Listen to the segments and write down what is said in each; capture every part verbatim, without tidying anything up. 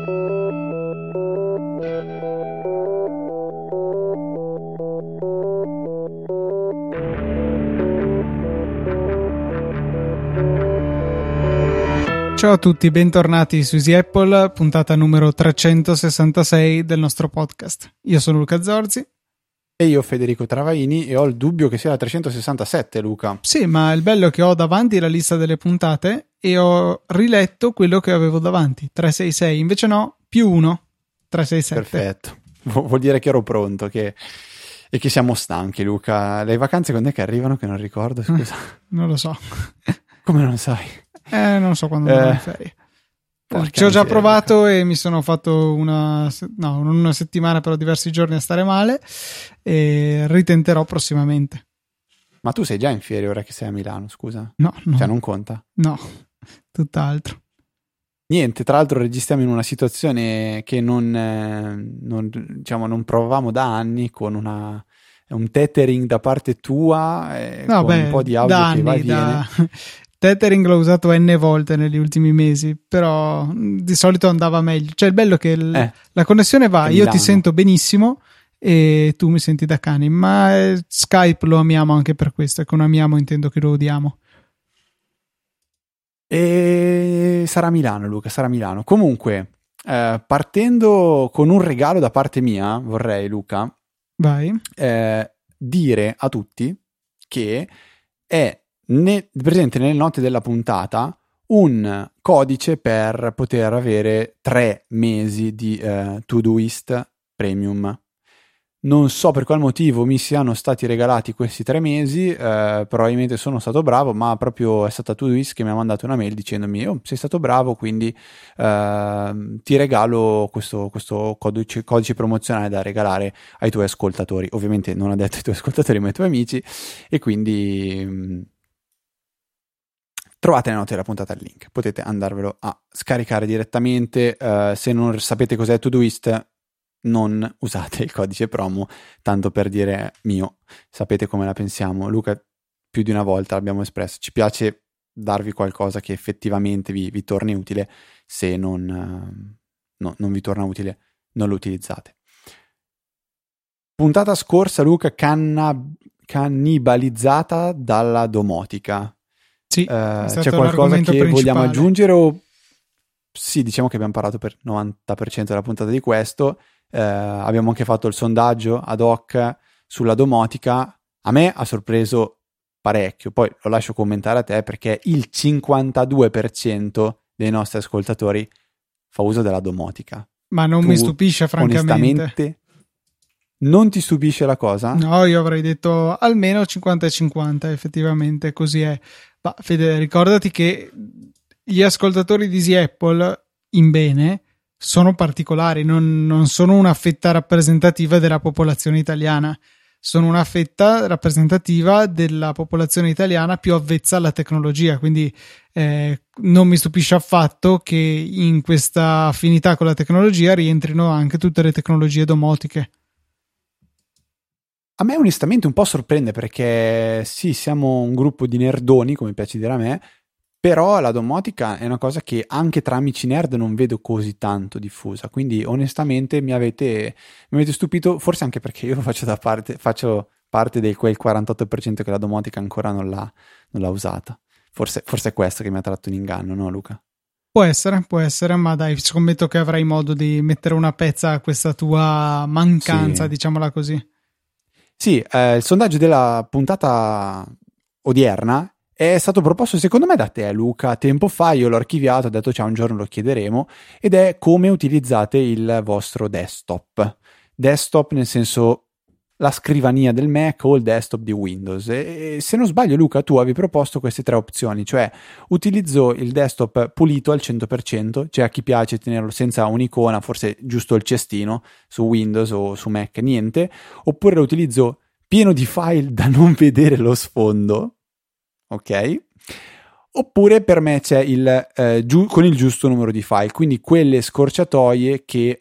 Ciao a tutti, bentornati su Easy Apple, puntata numero trecentosessantasei del nostro podcast. Io sono Luca Zorzi. E io Federico Travaini, e ho il dubbio che sia la trecentosessantasette, Luca. Sì, ma il bello è che ho davanti la lista delle puntate e ho riletto quello che avevo davanti, trecentosessantasei, invece no, più uno, trecentosessantasette. Perfetto, vuol dire che ero pronto che... e che siamo stanchi, Luca. Le vacanze quando è che arrivano, che non ricordo, scusa. Non lo so. Come non sai? Eh, non so quando andrò eh, in ferie. Ci ho già provato e mi sono fatto una, no, non una settimana, però diversi giorni a stare male, e ritenterò prossimamente. Ma tu sei già in ferie ora che sei a Milano, scusa? No, no. Cioè non conta? No, tutt'altro. Niente, tra l'altro registriamo in una situazione che non, eh, non, diciamo, non provavamo da anni, con una, un tethering da parte tua, eh, no, con beh, un po' di audio da che va e anni, viene. Da... Tethering l'ho usato n volte negli ultimi mesi, però di solito andava meglio. Cioè il bello è che il, eh, la connessione va, io Milano. ti sento benissimo e tu mi senti da cani, ma eh, Skype lo amiamo anche per questo, e con amiamo intendo che lo odiamo. E sarà Milano, Luca, sarà Milano. Comunque, eh, partendo con un regalo da parte mia, vorrei, Luca, vai, eh, dire a tutti che è ne, presente nelle note della puntata un codice per poter avere tre mesi di eh, Todoist Premium. Non so per qual motivo mi siano stati regalati questi tre mesi, eh, probabilmente sono stato bravo, ma proprio è stata Todoist che mi ha mandato una mail dicendomi: oh, sei stato bravo, quindi eh, ti regalo questo, questo codice, codice promozionale da regalare ai tuoi ascoltatori. Ovviamente non ha detto ai tuoi ascoltatori, ma ai tuoi amici, e quindi mh, trovate nelle note della puntata il link, potete andarvelo a scaricare direttamente. Eh, se non sapete cos'è Todoist, non usate il codice promo, tanto per dire mio, sapete come la pensiamo. Luca, più di una volta l'abbiamo espresso, ci piace darvi qualcosa che effettivamente vi, vi torni utile. Se non, no, non vi torna utile, non lo utilizzate. Puntata scorsa, Luca, canna, cannibalizzata dalla domotica. sì, eh, c'è qualcosa che principale. Vogliamo aggiungere? O... sì, diciamo che abbiamo parlato per il novanta per cento della puntata di questo. Eh, abbiamo anche fatto il sondaggio ad hoc sulla domotica. A me ha sorpreso parecchio, poi lo lascio commentare a te, perché il cinquantadue per cento dei nostri ascoltatori fa uso della domotica. Ma non tu, mi stupisce, francamente. Onestamente, non ti stupisce la cosa? No, io avrei detto almeno cinquanta e cinquanta, effettivamente così è. Ma Fede, ricordati che gli ascoltatori di Easy Apple, in bene, sono particolari, non, non sono una fetta rappresentativa della popolazione italiana, sono una fetta rappresentativa della popolazione italiana più avvezza alla tecnologia, quindi eh, non mi stupisce affatto che in questa affinità con la tecnologia rientrino anche tutte le tecnologie domotiche. A me onestamente un po' sorprende, perché sì, siamo un gruppo di nerdoni, come piace dire a me, però la domotica è una cosa che anche tra amici nerd non vedo così tanto diffusa, quindi onestamente mi avete, mi avete stupito, forse anche perché io faccio da parte, faccio parte di quel quarantotto per cento che la domotica ancora non l'ha, non l'ha usata. Forse, forse è questo che mi ha tratto in inganno, no Luca? Può essere, può essere, ma dai, scommetto che avrai modo di mettere una pezza a questa tua mancanza, Sì. diciamola così. Sì, eh, il sondaggio della puntata odierna è stato proposto secondo me da te, Luca, tempo fa. Io l'ho archiviato, ho detto ciao, un giorno lo chiederemo, ed è come utilizzate il vostro desktop. Desktop nel senso la scrivania del Mac o il desktop di Windows. E se non sbaglio, Luca, tu avevi proposto queste tre opzioni, cioè utilizzo il desktop pulito al cento per cento, cioè a chi piace tenerlo senza un'icona, forse giusto il cestino su Windows o su Mac, niente, oppure lo utilizzo pieno di file da non vedere lo sfondo, ok? Oppure per me c'è il eh, giu- con il giusto numero di file, quindi quelle scorciatoie che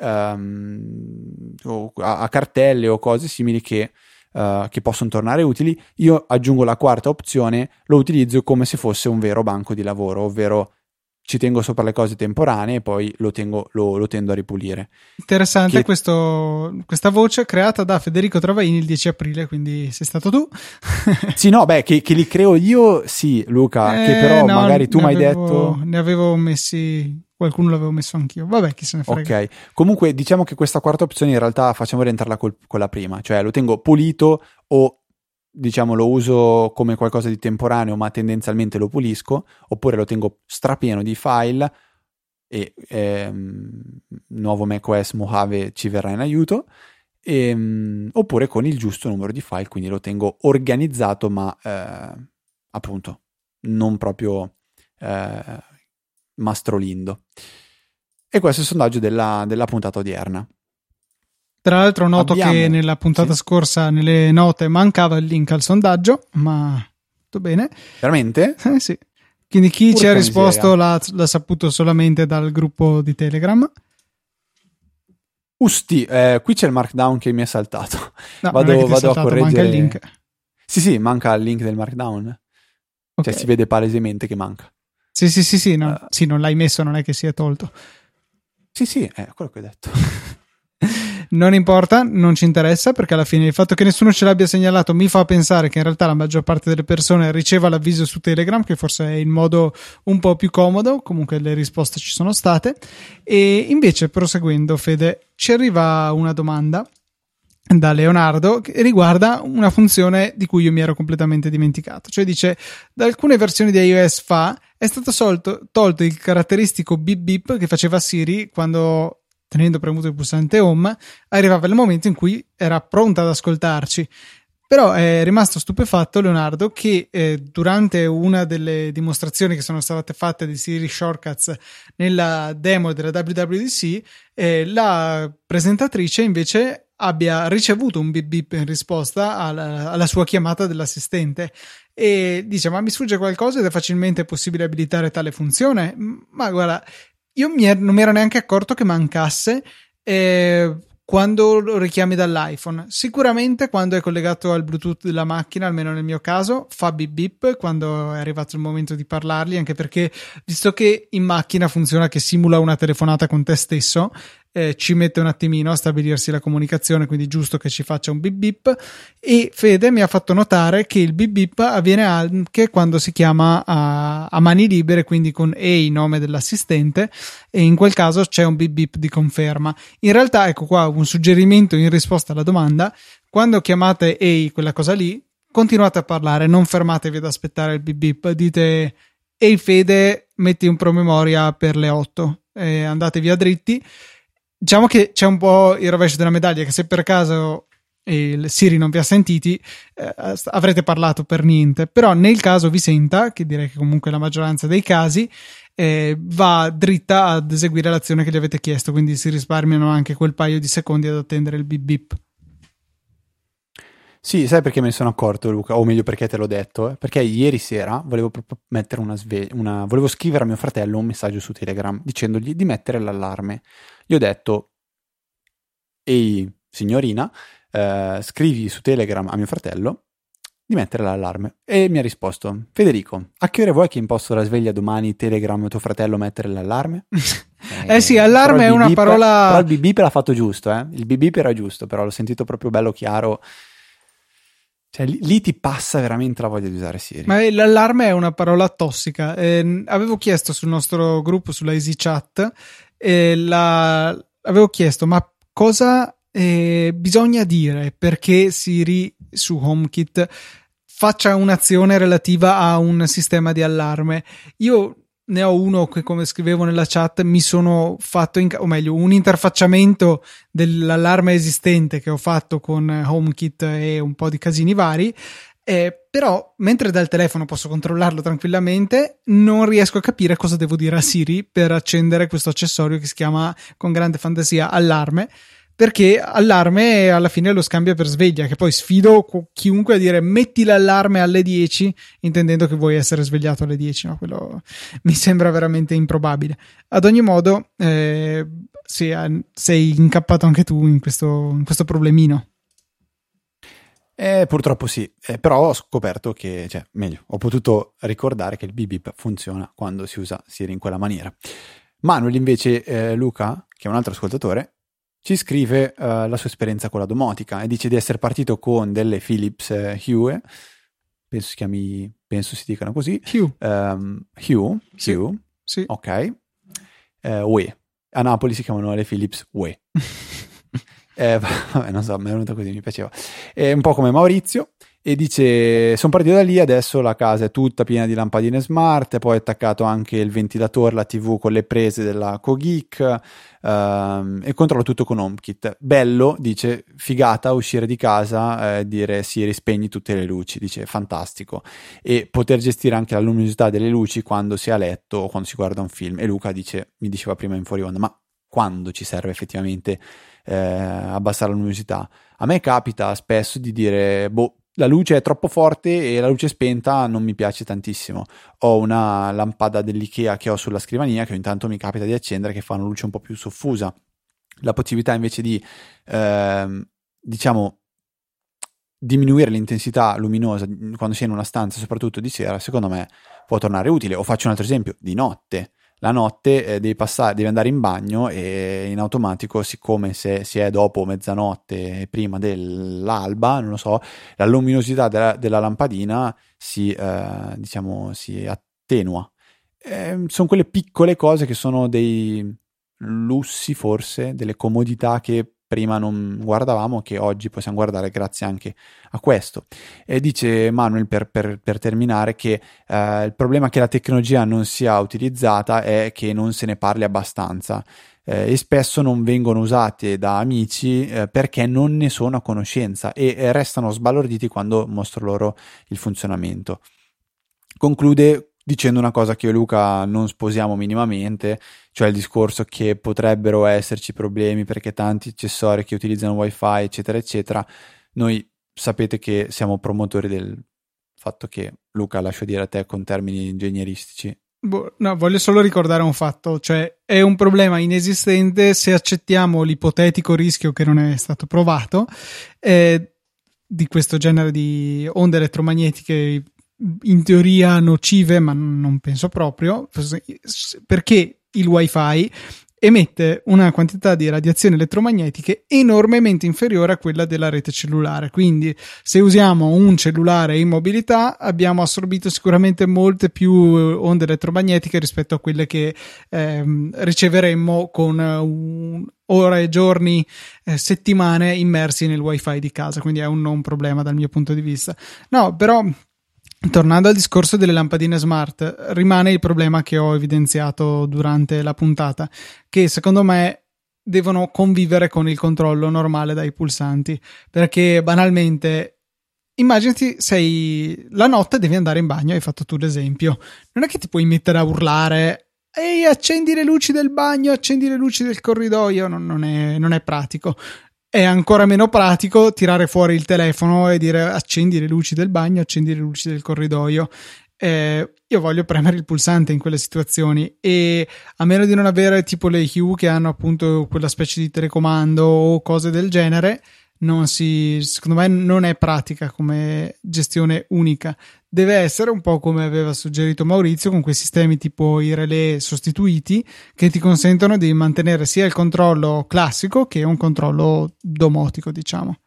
um, o a-, a cartelle o cose simili che, uh, che possono tornare utili. Io aggiungo la quarta opzione, lo utilizzo come se fosse un vero banco di lavoro, ovvero ci tengo sopra le cose temporanee e poi lo, tengo, lo, lo tendo a ripulire. Interessante che... questo, questa voce creata da Federico Travaini il dieci aprile, quindi sei stato tu. Sì, no, beh, che, che li creo io, sì, Luca, eh, che però no, magari tu mi hai avevo, detto... Ne avevo messi, qualcuno l'avevo messo anch'io, vabbè, chi se ne frega. Ok, comunque diciamo che questa quarta opzione in realtà facciamo rientrarla col, con la prima, cioè lo tengo pulito o diciamo lo uso come qualcosa di temporaneo ma tendenzialmente lo pulisco, oppure lo tengo strapieno di file e ehm, nuovo macOS Mojave ci verrà in aiuto, e, oppure con il giusto numero di file, quindi lo tengo organizzato ma eh, appunto non proprio eh, mastrolindo. E questo è il sondaggio della, della puntata odierna. Tra l'altro noto Abbiamo... che nella puntata sì? scorsa nelle note mancava il link al sondaggio, ma tutto bene. Veramente? Eh sì. Quindi chi Porca ci ha risposto miseria. l'ha, l'ha saputo solamente dal gruppo di Telegram. Usti, eh, qui c'è il markdown che mi è saltato. No, vado non è che ti è vado saltato, a correggere. manca il link. Sì, sì, manca il link del markdown. Okay. Cioè si vede palesemente che manca. Sì, sì, sì, sì, no. Uh, sì, non l'hai messo, non è che si è tolto. Sì, sì, è quello che ho detto. Non importa, non ci interessa, perché alla fine il fatto che nessuno ce l'abbia segnalato mi fa pensare che in realtà la maggior parte delle persone riceva l'avviso su Telegram, che forse è il modo un po' più comodo. Comunque le risposte ci sono state. E invece, proseguendo, Fede, ci arriva una domanda da Leonardo che riguarda una funzione di cui io mi ero completamente dimenticato. Cioè dice: da alcune versioni di iOS fa è stato solto, tolto il caratteristico beep beep che faceva Siri quando, tenendo premuto il pulsante home, arrivava il momento in cui era pronta ad ascoltarci. Però è rimasto stupefatto Leonardo che eh, durante una delle dimostrazioni che sono state fatte di Siri Shortcuts nella demo della W W D C, eh, la presentatrice invece abbia ricevuto un beep beep in risposta alla, alla sua chiamata dell'assistente, e dice: ma mi sfugge qualcosa ed è facilmente possibile abilitare tale funzione? Ma guarda, io mi er- non mi ero neanche accorto che mancasse eh, quando lo richiami dall'iPhone. Sicuramente quando è collegato al Bluetooth della macchina, almeno nel mio caso, fa beep beep quando è arrivato il momento di parlargli, anche perché visto che in macchina funziona che simula una telefonata con te stesso, eh, ci mette un attimino a stabilirsi la comunicazione, quindi è giusto che ci faccia un beep beep. E Fede mi ha fatto notare che il beep beep avviene anche quando si chiama a, a mani libere, quindi con E, nome dell'assistente, e in quel caso c'è un beep beep di conferma. In realtà, ecco qua un suggerimento in risposta alla domanda: quando chiamate E, quella cosa lì, continuate a parlare, non fermatevi ad aspettare il beep beep, dite: ehi Fede, metti un promemoria per le otto, e andate via dritti. Diciamo che c'è un po' il rovescio della medaglia, che se per caso il Siri non vi ha sentiti, eh, avrete parlato per niente. Però nel caso vi senta, che direi che comunque la maggioranza dei casi, eh, va dritta ad eseguire l'azione che gli avete chiesto, quindi si risparmiano anche quel paio di secondi ad attendere il beep beep. Sì, sai perché me ne sono accorto, Luca? O meglio, perché te l'ho detto? Eh? Perché ieri sera volevo proprio mettere una sveglia, una... volevo scrivere a mio fratello un messaggio su Telegram dicendogli di mettere l'allarme. Gli ho detto: ehi signorina, eh, scrivi su Telegram a mio fratello di mettere l'allarme. E mi ha risposto: Federico, a che ore vuoi che imposto la sveglia domani Telegram a tuo fratello mettere l'allarme? eh, eh sì, allarme è una beep, parola... Però il beep beep l'ha fatto giusto, eh? Il beep beep era giusto, però l'ho sentito proprio bello chiaro. Cioè, lì, lì ti passa veramente la voglia di usare Siri. Ma l'allarme è una parola tossica. Eh, avevo chiesto sul nostro gruppo, sulla EasyChat, eh, la... avevo chiesto: ma cosa eh, bisogna dire perché Siri su HomeKit faccia un'azione relativa a un sistema di allarme? Io ne ho uno che, come scrivevo nella chat, mi sono fatto, in, o meglio, un interfacciamento dell'allarme esistente che ho fatto con HomeKit e un po' di casini vari. Eh, però mentre dal telefono posso controllarlo tranquillamente, non riesco a capire cosa devo dire a Siri per accendere questo accessorio che si chiama, con grande fantasia, allarme, perché allarme alla fine lo scambia per sveglia, che poi sfido chiunque a dire metti l'allarme alle dieci, intendendo che vuoi essere svegliato alle dieci, no? Quello mi sembra veramente improbabile. Ad ogni modo, eh, sì, sei incappato anche tu in questo, in questo problemino. Eh, purtroppo sì, eh, però ho scoperto che, cioè, meglio, ho potuto ricordare che il beep beep funziona quando si usa Siri in quella maniera. Manuel invece, eh, Luca, che è un altro ascoltatore, ci scrive eh, la sua esperienza con la domotica e dice di essere partito con delle Philips eh, Hue, penso si chiami, penso si dicano così, Hue, um, Hue, sì, Hue, sì. ok, eh, Ue, a Napoli si chiamano le Philips Ue. Eh, vabbè, non so, mi è venuta così, mi piaceva. È un po' come Maurizio e dice: sono partito da lì, adesso la casa è tutta piena di lampadine smart, poi è attaccato anche il ventilatore, la tivù con le prese della Cogeek, ehm, e controllo tutto con HomeKit. Bello, dice, figata uscire di casa e eh, dire Siri spegni tutte le luci, dice fantastico, e poter gestire anche la luminosità delle luci quando si è a letto o quando si guarda un film. E Luca dice, mi diceva prima in fuori onda, ma quando ci serve effettivamente eh, abbassare la luminosità? A me capita spesso di dire, boh, la luce è troppo forte e la luce spenta non mi piace tantissimo. Ho una lampada dell'Ikea che ho sulla scrivania che ogni tanto mi capita di accendere, che fa una luce un po' più soffusa. La possibilità invece di, ehm, diciamo, diminuire l'intensità luminosa quando si è in una stanza, soprattutto di sera, secondo me può tornare utile. O faccio un altro esempio, di notte. La notte eh, devi passare, devi andare in bagno e in automatico, siccome se si è dopo mezzanotte, prima dell'alba, non lo so, la luminosità della, della lampadina si, eh, diciamo, si attenua. Eh, sono quelle piccole cose che sono dei lussi, forse, delle comodità che prima non guardavamo, che oggi possiamo guardare grazie anche a questo. E dice Manuel, per, per, per terminare, che eh, il problema che la tecnologia non sia utilizzata è che non se ne parli abbastanza eh, e spesso non vengono usate da amici eh, perché non ne sono a conoscenza e eh, restano sbalorditi quando mostro loro il funzionamento. Conclude dicendo una cosa che io e Luca non sposiamo minimamente, cioè il discorso che potrebbero esserci problemi perché tanti accessori che utilizzano wifi eccetera eccetera. Noi sapete che siamo promotori del fatto che, Luca, lascio dire a te con termini ingegneristici. Boh, no, voglio solo ricordare un fatto, cioè è un problema inesistente se accettiamo l'ipotetico rischio che non è stato provato eh, di questo genere di onde elettromagnetiche in teoria nocive, ma non penso proprio, perché il wifi emette una quantità di radiazioni elettromagnetiche enormemente inferiore a quella della rete cellulare. Quindi se usiamo un cellulare in mobilità abbiamo assorbito sicuramente molte più onde elettromagnetiche rispetto a quelle che ehm, riceveremmo con un, ore, giorni, eh, settimane immersi nel wifi di casa. Quindi è un non problema dal mio punto di vista. No, però tornando al discorso delle lampadine smart, rimane il problema che ho evidenziato durante la puntata, che secondo me devono convivere con il controllo normale dai pulsanti, perché banalmente immaginati sei la notte, devi andare in bagno, hai fatto tu l'esempio, non è che ti puoi mettere a urlare ehi accendi le luci del bagno, accendi le luci del corridoio, non, non, è, non è pratico. È ancora meno pratico tirare fuori il telefono e dire accendi le luci del bagno, accendi le luci del corridoio. Eh, io voglio premere il pulsante in quelle situazioni e a meno di non avere tipo le Hue che hanno appunto quella specie di telecomando o cose del genere, non si, secondo me non è pratica come gestione unica. Deve essere un po' come aveva suggerito Maurizio, con quei sistemi tipo i relè sostituiti che ti consentono di mantenere sia il controllo classico che un controllo domotico, diciamo.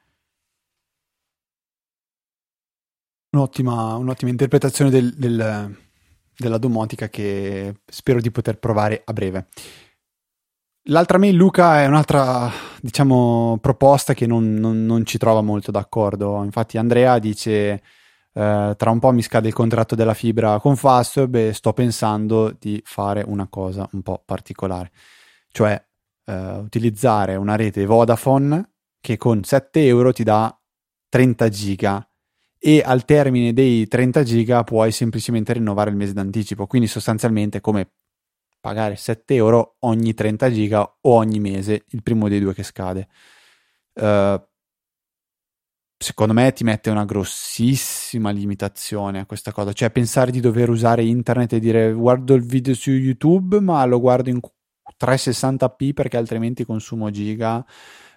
Un'ottima, un'ottima interpretazione del, del, della domotica che spero di poter provare a breve. L'altra mail, Luca, è un'altra, diciamo, proposta che non, non, non ci trova molto d'accordo. Infatti Andrea dice eh, tra un po' mi scade il contratto della fibra con Fastweb e sto pensando di fare una cosa un po' particolare, cioè eh, utilizzare una rete Vodafone che con sette euro ti dà trenta giga e al termine dei trenta giga puoi semplicemente rinnovare il mese d'anticipo, quindi sostanzialmente come pagare sette euro ogni trenta giga o ogni mese, il primo dei due che scade. Uh, secondo me ti mette una grossissima limitazione a questa cosa, cioè pensare di dover usare internet e dire guardo il video su YouTube ma lo guardo in trecentosessanta p perché altrimenti consumo giga,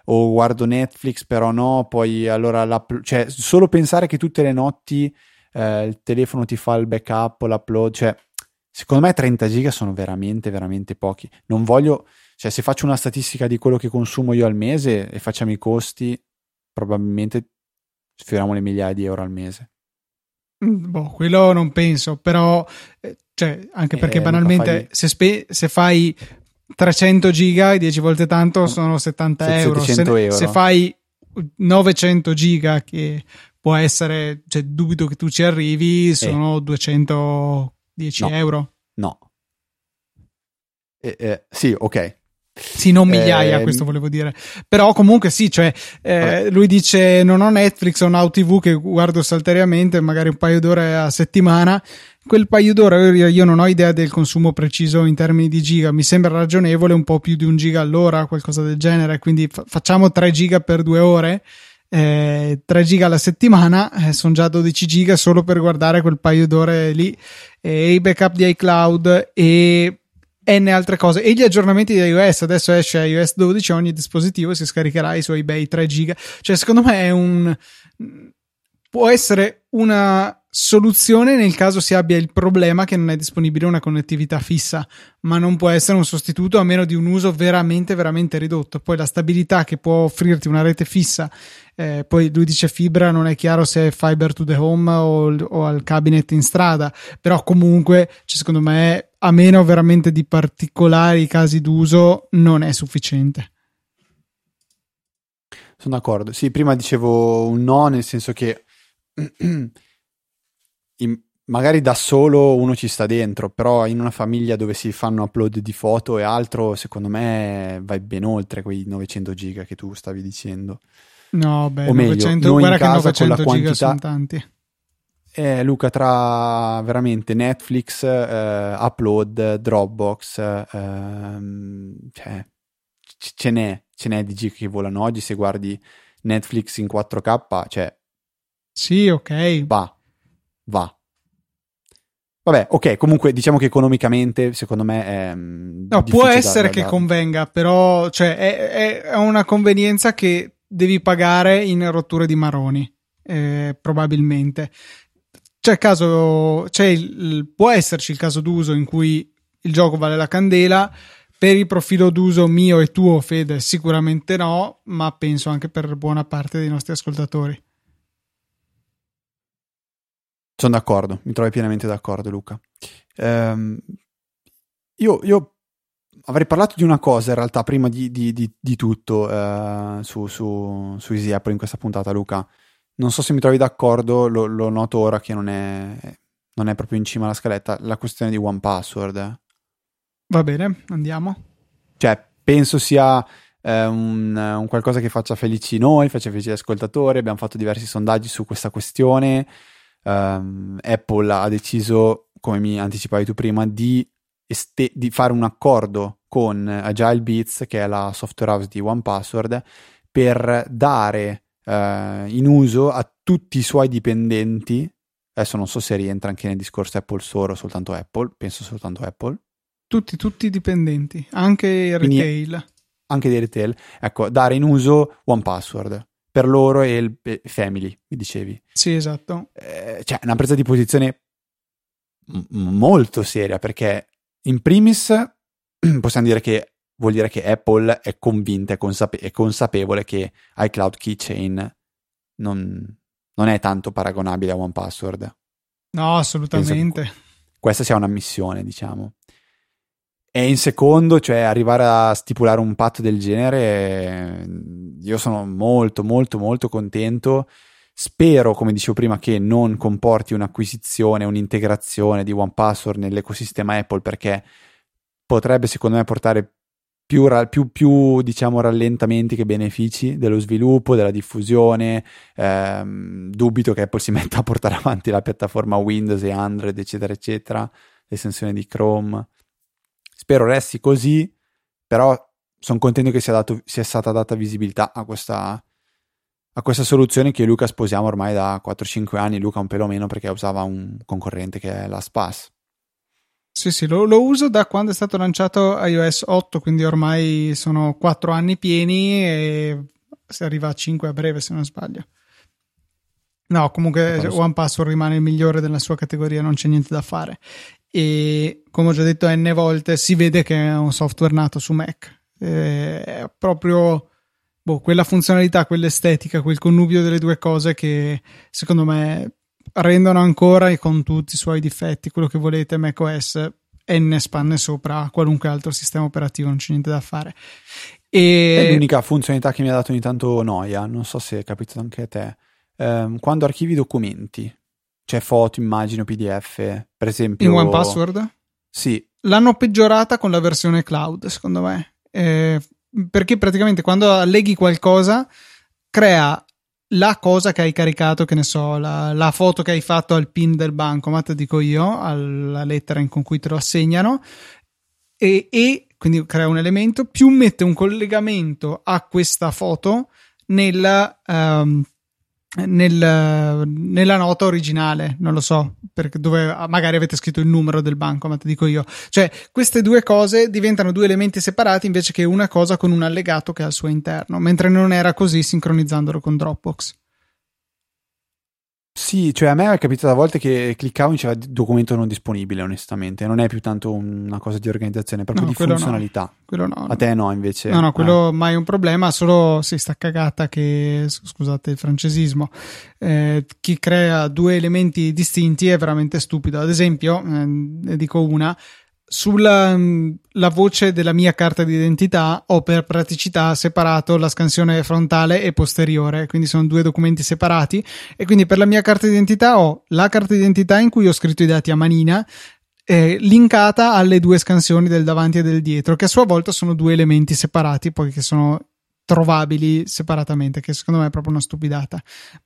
o guardo Netflix però no, poi allora cioè solo pensare che tutte le notti eh, il telefono ti fa il backup o l'upload, cioè secondo me trenta giga sono veramente veramente pochi. Non voglio, cioè se faccio una statistica di quello che consumo io al mese e facciamo i costi, probabilmente sfioriamo le migliaia di euro al mese. Boh, quello non penso, però eh, cioè, anche perché eh, banalmente fai... se, spe- se fai trecento giga, dieci volte tanto sono settanta euro. Se, euro. Se fai novecento giga, che può essere, cioè dubito che tu ci arrivi, sono eh. duecentodieci no. euro. No. Eh, eh, sì, ok. Sì, non migliaia, eh, questo volevo dire. Però comunque sì, cioè eh, lui dice non ho Netflix, ho Now T V che guardo saltuariamente, magari un paio d'ore a settimana. Quel paio d'ore io non ho idea del consumo preciso in termini di giga, mi sembra ragionevole un po' più di un giga all'ora, qualcosa del genere, quindi fa- facciamo tre giga per due ore, eh, tre giga alla settimana, eh, sono già dodici giga solo per guardare quel paio d'ore lì, e i backup di iCloud e N altre cose, e gli aggiornamenti di iOS. Adesso esce iOS dodici, ogni dispositivo si scaricherà i suoi bei tre giga, cioè secondo me è un può essere una soluzione nel caso si abbia il problema che non è disponibile una connettività fissa, ma non può essere un sostituto a meno di un uso veramente veramente ridotto. Poi la stabilità che può offrirti una rete fissa, eh, poi lui dice fibra, non è chiaro se è fiber to the home o, o al cabinet in strada, però comunque cioè, secondo me a meno veramente di particolari casi d'uso non è sufficiente. Sono d'accordo. Sì, prima dicevo un no, nel senso che in, magari da solo uno ci sta dentro, però in una famiglia dove si fanno upload di foto e altro, secondo me vai ben oltre quei novecento giga che tu stavi dicendo. No, beh, o meglio, novecento, noi guarda in casa che novecento con la giga quantità, sono tanti. Eh, Luca, tra veramente Netflix, eh, Upload, Dropbox, ehm, cioè, c- ce n'è, ce n'è di giga che volano oggi. Se guardi Netflix in quattro K, cioè sì, ok, va, va. Vabbè, ok, comunque diciamo che economicamente secondo me è no, può difficile essere da, che da, convenga, però cioè, è, è una convenienza che devi pagare in rotture di maroni, eh, probabilmente. C'è caso, c'è il, può esserci il caso d'uso in cui il gioco vale la candela. Per il profilo d'uso mio e tuo, Fede, sicuramente no, ma penso anche per buona parte dei nostri ascoltatori. Sono d'accordo, mi trovi pienamente d'accordo, Luca. Ehm, io, io avrei parlato di una cosa in realtà prima di, di, di, di tutto eh, su, su, su Easy Apple in questa puntata, Luca. Non so se mi trovi d'accordo, lo, lo noto ora che non è, non è proprio in cima alla scaletta, la questione di one password. Va bene, andiamo. Cioè, penso sia eh, un, un qualcosa che faccia felici noi, faccia felici gli ascoltatori. Abbiamo fatto diversi sondaggi su questa questione. Um, Apple ha deciso, come mi anticipavi tu prima, di, este- di fare un accordo con Agile Beats, che è la software house di one password, per dare uh, in uso a tutti i suoi dipendenti. Adesso non so se rientra anche nel discorso Apple Store o soltanto Apple, penso soltanto Apple. Tutti, tutti i dipendenti, anche il retail. Quindi, anche dei retail. Ecco, dare in uso one password per loro e il e family, mi dicevi. Sì, esatto. Eh, cioè, una presa di posizione m- molto seria, perché in primis possiamo dire che vuol dire che Apple è convinta, è, consape- è consapevole che iCloud Keychain non, non è tanto paragonabile a one password. No, assolutamente. Questa sia una missione, diciamo. E in secondo, cioè arrivare a stipulare un patto del genere, io sono molto molto molto contento. Spero, come dicevo prima, che non comporti un'acquisizione, un'integrazione di one password nell'ecosistema Apple, perché potrebbe secondo me portare più, più, più diciamo rallentamenti che benefici dello sviluppo, della diffusione. Ehm, dubito che Apple si metta a portare avanti la piattaforma Windows e Android, eccetera eccetera, l'estensione di Chrome. Spero resti così, però sono contento che sia, dato, sia stata data visibilità a questa, a questa soluzione che Luca sposiamo ormai da quattro cinque anni. Luca un pelo meno perché usava un concorrente che è LastPass. Sì, sì, lo, lo uso da quando è stato lanciato iOS otto, quindi ormai sono quattro anni pieni e si arriva a cinque a breve se non sbaglio. No, comunque so. One Password rimane il migliore della sua categoria, non c'è niente da fare. E come ho già detto n volte, si vede che è un software nato su Mac. È proprio boh, quella funzionalità, quell'estetica, quel connubio delle due cose che secondo me rendono ancora, e con tutti i suoi difetti, quello che volete, macOS n spanne sopra qualunque altro sistema operativo, non c'è niente da fare. E è l'unica funzionalità che mi ha dato ogni tanto noia, non so se è capitato anche a te. Um, quando archivi documenti, cioè foto, immagini o P D F, per esempio in One Password? Sì. L'hanno peggiorata con la versione cloud, secondo me, eh, perché praticamente quando alleghi qualcosa crea la cosa che hai caricato, che ne so, la, la foto che hai fatto al pin del bancomat, dico io, alla lettera in con cui te lo assegnano, e, e quindi crea un elemento, più mette un collegamento a questa foto nella, um, nel, nella nota originale, non lo so, perché dove magari avete scritto il numero del bancomat, dico io. Cioè, queste due cose diventano due elementi separati invece che una cosa con un allegato che ha al suo interno, mentre non era così sincronizzandolo con Dropbox. Sì, cioè a me è capitato a volte che cliccavo e diceva documento non disponibile, onestamente. Non è più tanto una cosa di organizzazione, è proprio No, di quello funzionalità. No. Quello no. A te no, invece. No, no, quello eh. mai un problema, solo si sta cagata che, scusate il francesismo, eh, chi crea due elementi distinti è veramente stupido. Ad esempio, eh, ne dico una, sulla la voce della mia carta d'identità ho per praticità separato la scansione frontale e posteriore, quindi sono due documenti separati, e quindi per la mia carta d'identità ho la carta d'identità in cui ho scritto i dati a manina eh, linkata alle due scansioni del davanti e del dietro, che a sua volta sono due elementi separati, poi che sono trovabili separatamente, che secondo me è proprio una stupidata.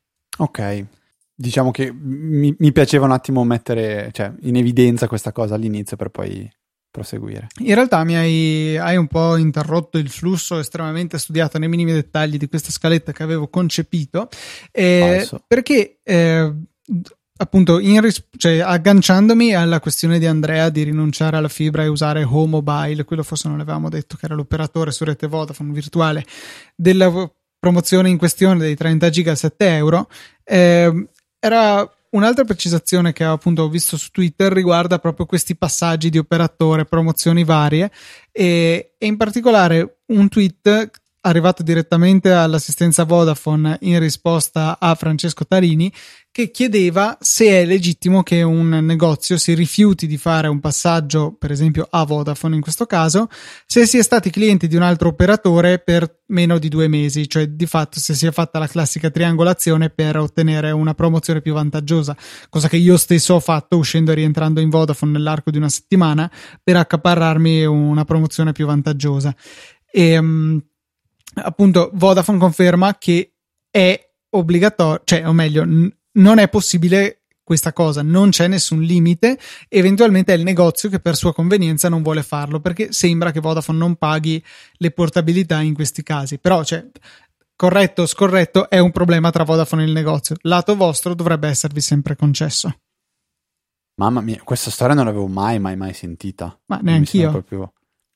Ok. Diciamo che mi, mi piaceva un attimo mettere, cioè, in evidenza questa cosa all'inizio per poi proseguire. In realtà mi hai, hai un po' interrotto il flusso estremamente studiato nei minimi dettagli di questa scaletta che avevo concepito, eh, perché eh, appunto in ris- cioè, agganciandomi alla questione di Andrea di rinunciare alla fibra e usare Home Mobile, quello forse non l'avevamo detto che era l'operatore su rete Vodafone virtuale della promozione in questione dei trenta giga a sette euro, eh, era un'altra precisazione che appunto ho visto su Twitter, riguarda proprio questi passaggi di operatore, promozioni varie, e, e in particolare un tweet arrivato direttamente all'assistenza Vodafone in risposta a Francesco Tarini, che chiedeva se è legittimo che un negozio si rifiuti di fare un passaggio, per esempio a Vodafone in questo caso, se si è stati clienti di un altro operatore per meno di due mesi, cioè di fatto se si è fatta la classica triangolazione per ottenere una promozione più vantaggiosa, cosa che io stesso ho fatto uscendo e rientrando in Vodafone nell'arco di una settimana per accaparrarmi una promozione più vantaggiosa. E um, appunto Vodafone conferma che è obbligatorio, cioè o meglio n- non è possibile questa cosa, non c'è nessun limite, eventualmente è il negozio che per sua convenienza non vuole farlo, perché sembra che Vodafone non paghi le portabilità in questi casi, però cioè corretto o scorretto è un problema tra Vodafone e il negozio, lato vostro dovrebbe esservi sempre concesso. Mamma mia, questa storia non l'avevo mai mai mai sentita, ma neanche io proprio...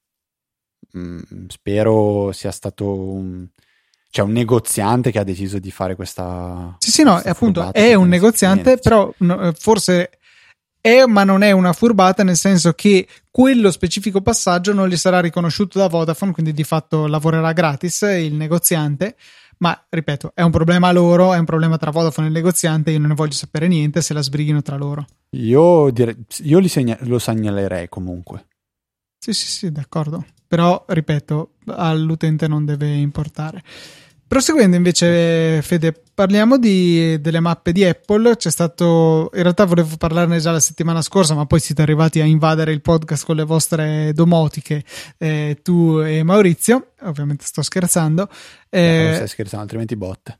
mm, spero sia stato un c'è un negoziante che ha deciso di fare questa sì sì no appunto è un negoziante, però no, forse è, ma non è una furbata, nel senso che quello specifico passaggio non gli sarà riconosciuto da Vodafone, quindi di fatto lavorerà gratis il negoziante, ma ripeto è un problema loro, è un problema tra Vodafone e il negoziante, io non ne voglio sapere niente, se la sbrighino tra loro. Io direi, io li segna, lo segnalerei comunque. Sì sì sì d'accordo, però ripeto all'utente non deve importare. Proseguendo invece, Fede, parliamo di, delle mappe di Apple. C'è stato, in realtà volevo parlarne già la settimana scorsa, ma poi siete arrivati a invadere il podcast con le vostre domotiche, eh, tu e Maurizio. Ovviamente sto scherzando. Eh, non stai scherzando, altrimenti botte.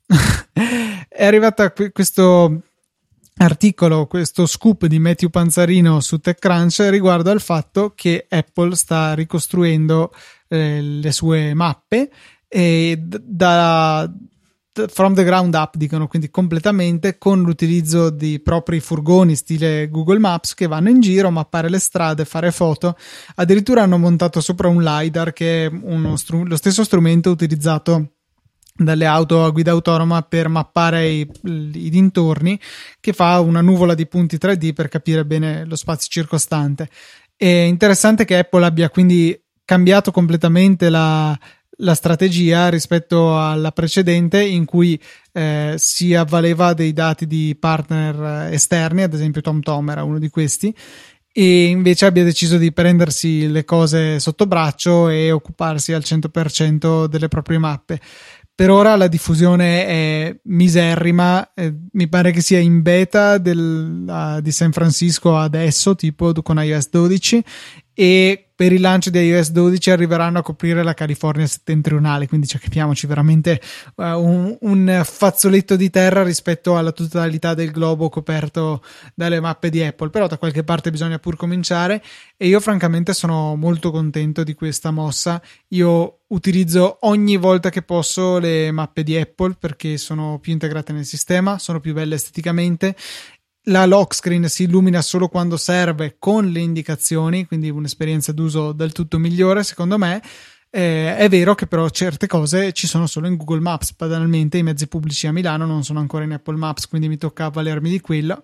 È arrivato questo articolo, questo scoop di Matthew Panzarino su TechCrunch riguardo al fatto che Apple sta ricostruendo eh, le sue mappe e da, da from the ground up, dicono, quindi completamente, con l'utilizzo di propri furgoni stile Google Maps che vanno in giro, mappare le strade, fare foto. Addirittura hanno montato sopra un LiDAR, che è uno str- lo stesso strumento utilizzato dalle auto a guida autonoma per mappare i, i dintorni, che fa una nuvola di punti tre D per capire bene lo spazio circostante. È interessante che Apple abbia quindi cambiato completamente la, la strategia rispetto alla precedente, in cui eh, si avvaleva dei dati di partner esterni, ad esempio TomTom era uno di questi, e invece abbia deciso di prendersi le cose sotto braccio e occuparsi al cento per cento delle proprie mappe. Per ora la diffusione è miserrima, eh, mi pare che sia in beta del, uh, di San Francisco adesso, tipo con iOS dodici, e per il lancio di iOS dodici arriveranno a coprire la California settentrionale, quindi cioè, capiamoci veramente uh, un, un fazzoletto di terra rispetto alla totalità del globo coperto dalle mappe di Apple, però da qualche parte bisogna pur cominciare, e io francamente sono molto contento di questa mossa. Io utilizzo ogni volta che posso le mappe di Apple perché sono più integrate nel sistema, sono più belle esteticamente. La lock screen si illumina solo quando serve con le indicazioni, quindi un'esperienza d'uso del tutto migliore secondo me. Eh, è vero che però certe cose ci sono solo in Google Maps, banalmente i mezzi pubblici a Milano non sono ancora in Apple Maps, quindi mi tocca avvalermi di quello,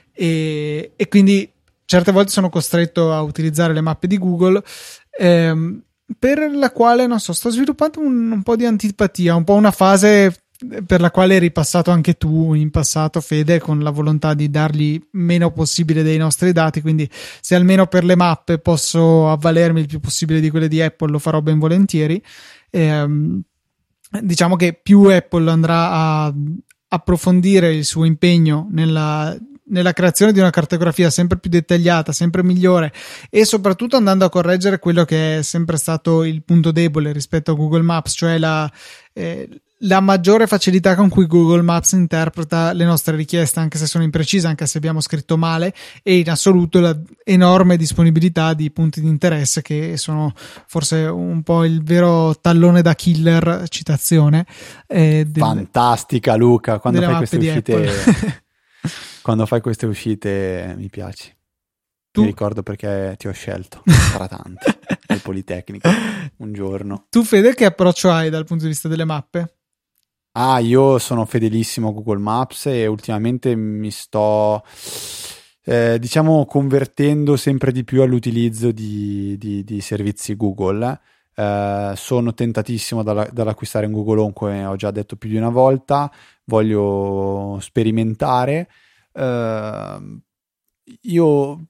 e, e quindi certe volte sono costretto a utilizzare le mappe di Google, ehm, per la quale, non so, sto sviluppando un, un po' di antipatia, un po' una fase per la quale eri passato anche tu in passato, Fede, con la volontà di dargli meno possibile dei nostri dati, quindi se almeno per le mappe posso avvalermi il più possibile di quelle di Apple lo farò ben volentieri. Ehm, diciamo che più Apple andrà a approfondire il suo impegno nella nella creazione di una cartografia sempre più dettagliata, sempre migliore, e soprattutto andando a correggere quello che è sempre stato il punto debole rispetto a Google Maps, cioè la, eh, la maggiore facilità con cui Google Maps interpreta le nostre richieste, anche se sono imprecise, anche se abbiamo scritto male, e in assoluto la enorme disponibilità di punti di interesse, che sono forse un po' il vero tallone da killer, citazione eh, del, fantastica Luca, quando fai queste uscite quando fai queste uscite mi piaci. Tu? Mi ricordo perché ti ho scelto tra tanti al Politecnico un giorno. Tu, Fede, che approccio hai dal punto di vista delle mappe? Ah, io sono fedelissimo a Google Maps e ultimamente mi sto eh, diciamo convertendo sempre di più all'utilizzo di, di, di servizi Google. Eh, sono tentatissimo dalla, dall'acquistare in Google Home, come ho già detto più di una volta. Voglio sperimentare. Uh, io uh,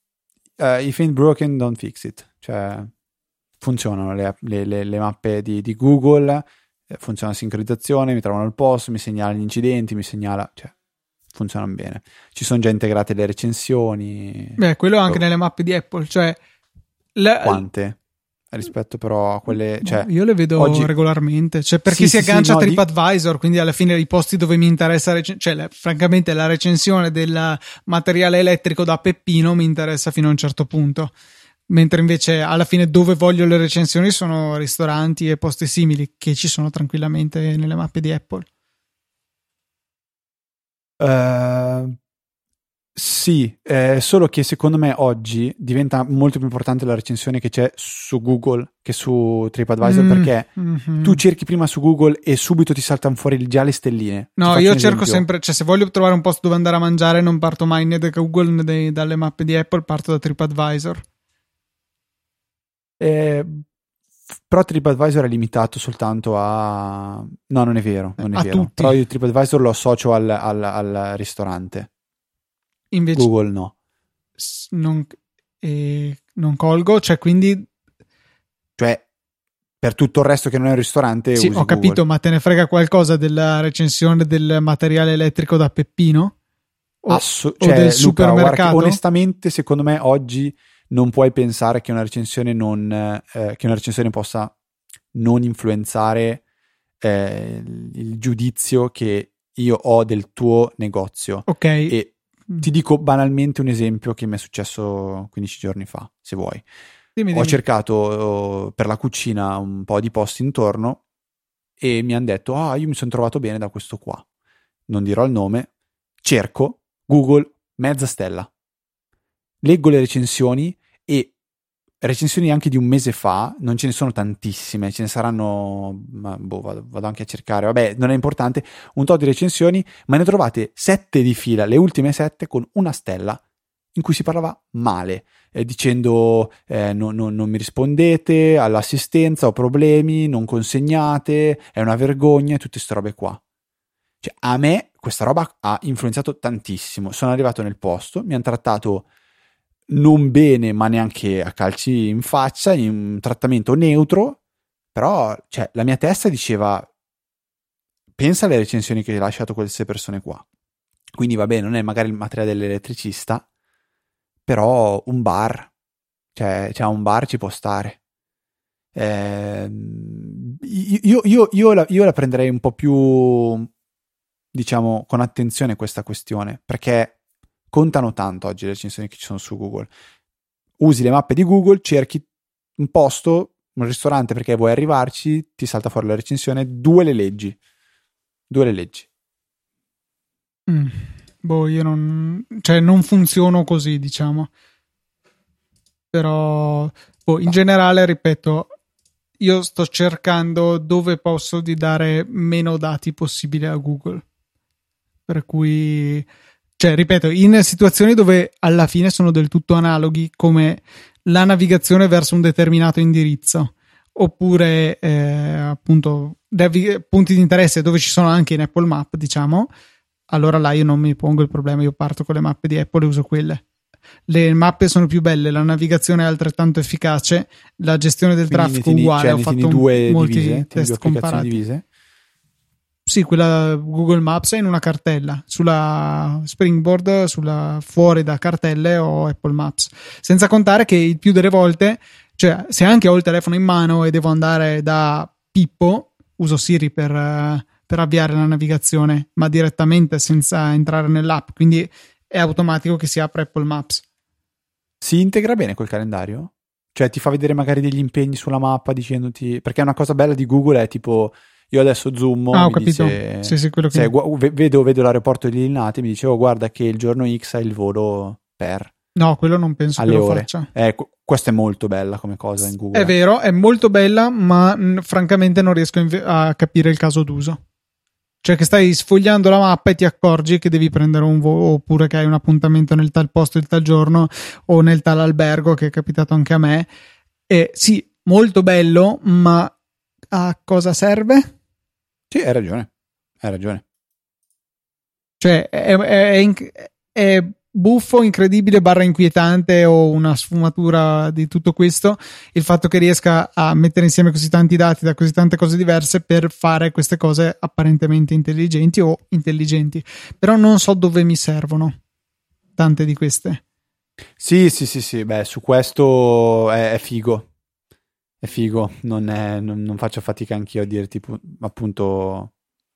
if ain't broken don't fix it, cioè funzionano le, le, le, le mappe di, di Google, eh, funziona la sincronizzazione, mi trovano il posto, mi segnala gli incidenti, mi segnala, cioè funzionano bene, ci sono già integrate le recensioni. Beh, quello anche oh. nelle mappe di Apple, cioè le... quante? Rispetto però a quelle, cioè, io le vedo oggi... regolarmente, cioè perché sì, si sì, aggancia sì, no, a TripAdvisor, di... quindi alla fine i posti dove mi interessa rec- cioè la, francamente la recensione del materiale elettrico da Peppino mi interessa fino a un certo punto, mentre invece alla fine dove voglio le recensioni sono ristoranti e posti simili che ci sono tranquillamente nelle mappe di Apple. Uh... Sì, eh, solo che secondo me oggi diventa molto più importante la recensione che c'è su Google che su TripAdvisor, mm, perché mm-hmm. tu cerchi prima su Google e subito ti saltano fuori già le stelline. No, io cerco sempre, cioè se voglio trovare un posto dove andare a mangiare non parto mai né da Google né dei, dalle mappe di Apple, parto da TripAdvisor. Eh, però TripAdvisor è limitato soltanto a... No, non è vero, non è a vero. Tutti. Però io TripAdvisor lo associo al, al, al ristorante. Invece Google no. Non, eh, non colgo, cioè quindi... Cioè, per tutto il resto che non è un ristorante sì, usi ho capito, Google. Ma te ne frega qualcosa della recensione del materiale elettrico da Peppino? O, Asso- o cioè, del Luca, supermercato? Guarda, onestamente, secondo me oggi non puoi pensare che una recensione non eh, che una recensione possa non influenzare eh, il giudizio che io ho del tuo negozio. Ok. E ti dico banalmente un esempio che mi è successo quindici giorni fa, se vuoi. Dimmi, Ho dimmi. cercato per la cucina un po' di posti intorno e mi hanno detto ah, io mi sono trovato bene da questo qua. Non dirò il nome. Cerco Google mezza stella. Leggo le recensioni e recensioni anche di un mese fa, non ce ne sono tantissime, ce ne saranno, ma boh, vado, vado anche a cercare, vabbè, non è importante, un tot di recensioni, ma ne trovate sette di fila, le ultime sette con una stella, in cui si parlava male, eh, dicendo eh, no, no, non mi rispondete all'assistenza, ho problemi, non consegnate, è una vergogna, e tutte queste robe qua. Cioè, a me questa roba ha influenzato tantissimo. Sono arrivato nel posto, mi hanno trattato non bene, ma neanche a calci in faccia, in un trattamento neutro, però cioè, la mia testa diceva pensa alle recensioni che hai lasciato queste persone qua. Quindi vabbè, non è magari il materiale dell'elettricista, però un bar, cioè, cioè un bar ci può stare. Eh, io, io, io, la, io la prenderei un po' più, diciamo, con attenzione questa questione, perché contano tanto oggi le recensioni che ci sono su Google. Usi le mappe di Google, cerchi un posto, un ristorante perché vuoi arrivarci, ti salta fuori la recensione, due le leggi. Due le leggi. Mm. Boh, io non, cioè non funziono così, diciamo. Però, boh, in generale, ripeto, io sto cercando dove posso di dare meno dati possibile a Google. Per cui, cioè, ripeto, in situazioni dove alla fine sono del tutto analoghi, come la navigazione verso un determinato indirizzo, oppure eh, appunto navi- punti di interesse dove ci sono anche in Apple Map, diciamo, allora là io non mi pongo il problema, io parto con le mappe di Apple e uso quelle. Le mappe sono più belle, la navigazione è altrettanto efficace, la gestione del Quindi traffico tieni, uguale, cioè, ho fatto due molti divise, test due comparati. Divise? Sì, quella Google Maps è in una cartella, sulla Springboard, sulla fuori da cartelle ho Apple Maps, senza contare che il più delle volte, cioè se anche ho il telefono in mano e devo andare da Pippo, uso Siri per, per avviare la navigazione, ma direttamente senza entrare nell'app, quindi è automatico che si apra Apple Maps. Si integra bene col calendario? Cioè ti fa vedere magari degli impegni sulla mappa dicendoti, perché una cosa bella di Google è tipo io adesso zoomo, ah, ho mi capito. dice, sì, sì, quello che... se, gu- vedo, vedo l'aeroporto di Linate, mi dice oh guarda che il giorno X è il volo per no, quello non penso alle che lo ore. faccia. Eh, questa è molto bella come cosa in Google. È vero, è molto bella, ma mh, francamente non riesco a, inv- a capire il caso d'uso. Cioè che stai sfogliando la mappa e ti accorgi che devi prendere un volo, oppure che hai un appuntamento nel tal posto il tal giorno o nel tal albergo, che è capitato anche a me. E sì, molto bello, ma a cosa serve? Sì, hai ragione, hai ragione. Cioè è, è, è, è buffo, incredibile, barra inquietante o una sfumatura di tutto questo il fatto che riesca a mettere insieme così tanti dati da così tante cose diverse per fare queste cose apparentemente intelligenti o intelligenti, però non so dove mi servono tante di queste. Sì, sì, sì, sì, beh, su questo è, è figo. È figo, non, è, non, non faccio fatica anch'io a dirti appunto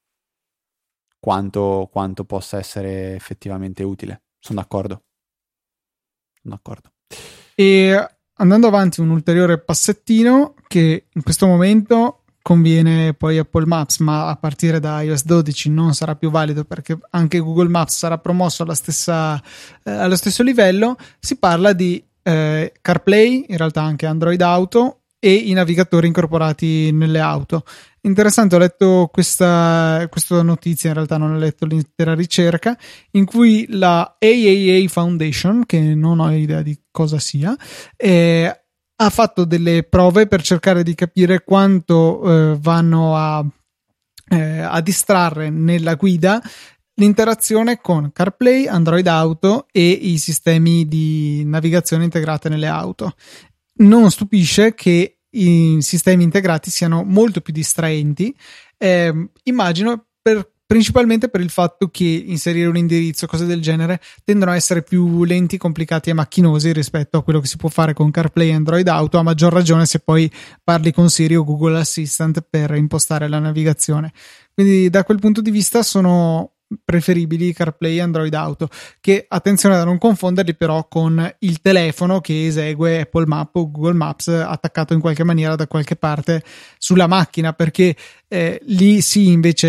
quanto, quanto possa essere effettivamente utile. Sono d'accordo. Sono d'accordo. E andando avanti un ulteriore passettino, che in questo momento conviene poi Apple Maps, ma a partire da iOS dodici non sarà più valido perché anche Google Maps sarà promosso alla stessa, eh, allo stesso livello. Si parla di eh, CarPlay, in realtà anche Android Auto e i navigatori incorporati nelle auto. Interessante, ho letto questa, questa notizia, in realtà non ho letto l'intera ricerca, in cui la A A A Foundation, che non ho idea di cosa sia, eh, ha fatto delle prove per cercare di capire quanto eh, vanno a, eh, a distrarre nella guida l'interazione con CarPlay, Android Auto e i sistemi di navigazione integrate nelle auto. Non stupisce che i sistemi integrati siano molto più distraenti, eh, immagino per, principalmente per il fatto che inserire un indirizzo, cose del genere, tendono a essere più lenti, complicati e macchinosi rispetto a quello che si può fare con CarPlay e Android Auto, a maggior ragione se poi parli con Siri o Google Assistant per impostare la navigazione. Quindi da quel punto di vista sono preferibili CarPlay e Android Auto, che attenzione da non confonderli però con il telefono che esegue Apple Map o Google Maps attaccato in qualche maniera da qualche parte sulla macchina, perché eh, lì sì invece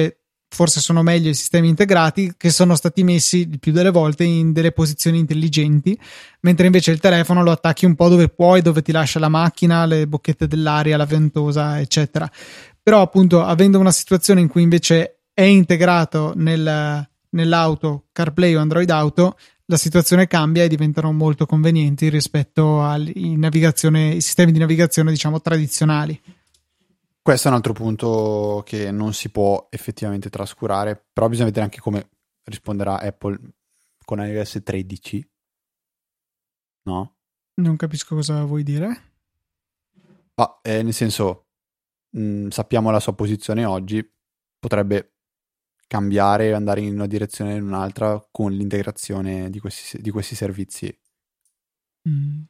forse sono meglio i sistemi integrati, che sono stati messi il più delle volte in delle posizioni intelligenti, mentre invece il telefono lo attacchi un po' dove puoi, dove ti lascia la macchina, le bocchette dell'aria, la ventosa, eccetera. Però appunto, avendo una situazione in cui invece è integrato nel, nell'auto CarPlay o Android Auto, la situazione cambia e diventano molto convenienti rispetto ai navigazione, i sistemi di navigazione, diciamo, tradizionali. Questo è un altro punto che non si può effettivamente trascurare, però bisogna vedere anche come risponderà Apple con iOS tredici. No? Non capisco cosa vuoi dire. Ah, eh, nel senso, mh, sappiamo la sua posizione oggi, potrebbe cambiare e andare in una direzione o in un'altra con l'integrazione di questi, di questi servizi. Mm.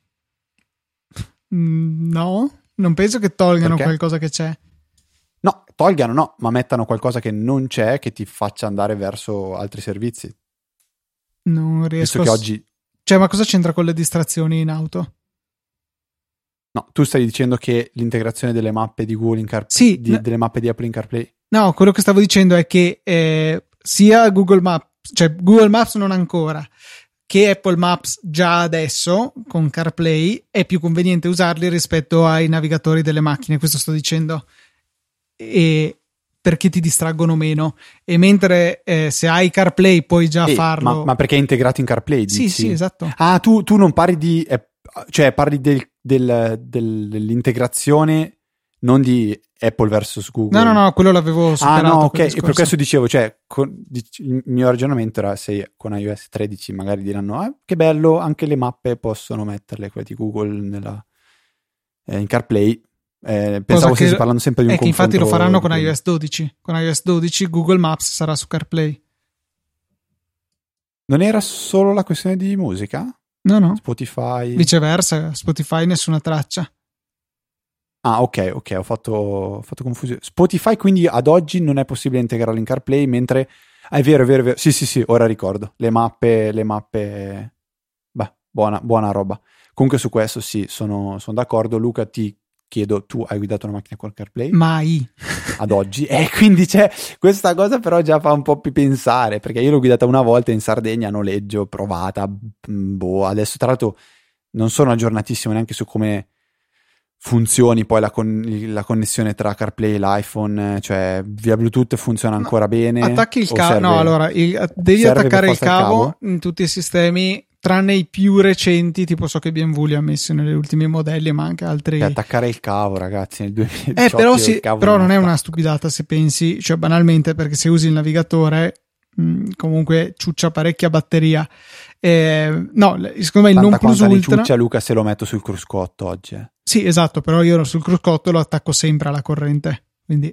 No, non penso che tolgano Perché? qualcosa che c'è. No, tolgano no, ma mettano qualcosa che non c'è che ti faccia andare verso altri servizi. Non riesco. Visto che oggi... Cioè, ma cosa c'entra con le distrazioni in auto? No, tu stai dicendo che l'integrazione delle mappe di Google in CarPlay, sì, di, no, delle mappe di Apple in CarPlay. No, quello che stavo dicendo è che eh, sia Google Maps, cioè Google Maps non ancora, che Apple Maps già adesso con CarPlay è più conveniente usarli rispetto ai navigatori delle macchine, questo sto dicendo, e perché ti distraggono meno. E mentre eh, se hai CarPlay puoi già Eh, farlo. Ma, ma perché è integrato in CarPlay? Dici? Sì, sì, esatto. Ah, tu, tu non parli di... Eh, cioè parli del, del, del, dell'integrazione non di Apple versus Google. No, no, no, quello l'avevo superato. Ah, no, ok, e per questo dicevo, cioè, con, il mio ragionamento era se con iOS tredici magari diranno, ah, che bello, anche le mappe possono metterle, quelle di Google nella, eh, in CarPlay. Eh, pensavo stessi parlando sempre di un confronto. È che infatti lo faranno con quello. iOS dodici. Con iOS dodici Google Maps sarà su CarPlay. Non era solo la questione di musica? No, no. Spotify. Viceversa, Spotify nessuna traccia. Ah, ok, ok, ho fatto, ho fatto confusione. Spotify quindi ad oggi non è possibile integrarlo in CarPlay, mentre... Ah, è vero, è vero, è vero. Sì, sì, sì, ora ricordo. Le mappe, le mappe... Beh, buona, buona roba. Comunque su questo sì, sono, sono d'accordo. Luca, ti chiedo, tu hai guidato una macchina con CarPlay? Mai. Ad oggi? Eh, quindi c'è questa cosa però già fa un po' più pensare, perché io l'ho guidata una volta in Sardegna a noleggio, provata, boh, adesso tra l'altro non sono aggiornatissimo neanche su come funzioni poi la, con- la connessione tra CarPlay e l'iPhone, cioè via Bluetooth funziona ancora no, bene? Attacchi il cavo, no, allora il, devi attaccare il cavo, il cavo in tutti i sistemi, tranne i più recenti, tipo so che B M W li ha messi negli ultimi modelli, ma anche altri. E attaccare il cavo, ragazzi, nel duemiladiciotto. Eh, però, sì, però non è attacca. una stupidata se pensi, cioè banalmente, perché se usi il navigatore mh, comunque ciuccia parecchia batteria. Eh, no, secondo me il Tanta non plus ultra ciuccia, Luca, se lo metto sul cruscotto oggi. Eh. Sì, esatto, però io sul cruscotto lo attacco sempre alla corrente, quindi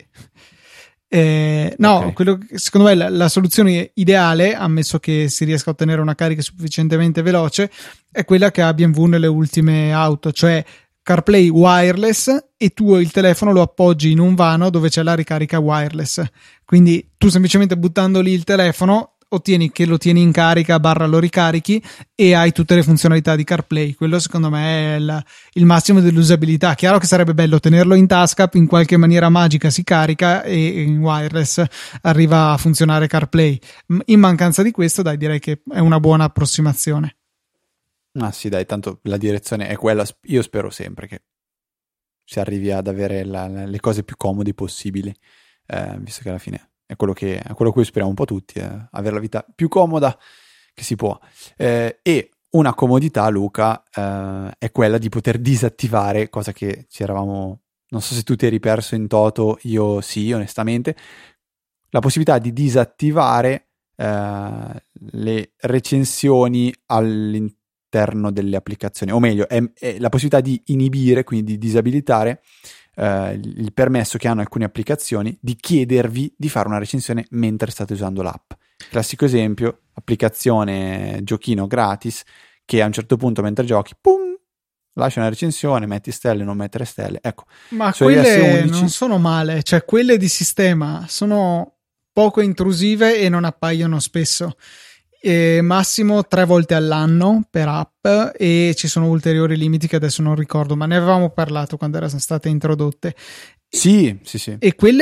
eh, no, okay. quello che, secondo me la, la soluzione ideale, ammesso che si riesca a ottenere una carica sufficientemente veloce, è quella che ha B M W nelle ultime auto, cioè CarPlay wireless, e tu il telefono lo appoggi in un vano dove c'è la ricarica wireless, quindi tu semplicemente buttando lì il telefono ottieni che lo tieni in carica barra lo ricarichi e hai tutte le funzionalità di CarPlay. Quello secondo me è il, il massimo dell'usabilità. Chiaro che sarebbe bello tenerlo in tasca, in qualche maniera magica si carica e in wireless arriva a funzionare CarPlay. In mancanza di questo, dai, direi che è una buona approssimazione. Ah sì, dai, tanto la direzione è quella. Io spero sempre che si arrivi ad avere la, le cose più comodi possibili, eh, visto che alla fine è quello che è quello a cui speriamo un po' tutti, eh, avere la vita più comoda che si può. Eh, e una comodità, Luca, eh, è quella di poter disattivare, cosa che ci eravamo, non so se tu ti eri perso in toto, io sì, onestamente, la possibilità di disattivare eh, le recensioni all'interno delle applicazioni, o meglio, è, è la possibilità di inibire, quindi di disabilitare Uh, il permesso che hanno alcune applicazioni di chiedervi di fare una recensione mentre state usando l'app. Classico esempio, applicazione giochino gratis che a un certo punto mentre giochi, pum, lascia una recensione, metti stelle, non mettere stelle. Ecco, ma quelle non sono male, cioè quelle di sistema sono poco intrusive e non appaiono spesso. Eh, massimo tre volte all'anno per app, e ci sono ulteriori limiti che adesso non ricordo, ma ne avevamo parlato quando erano state introdotte. Sì, sì, sì. E quelle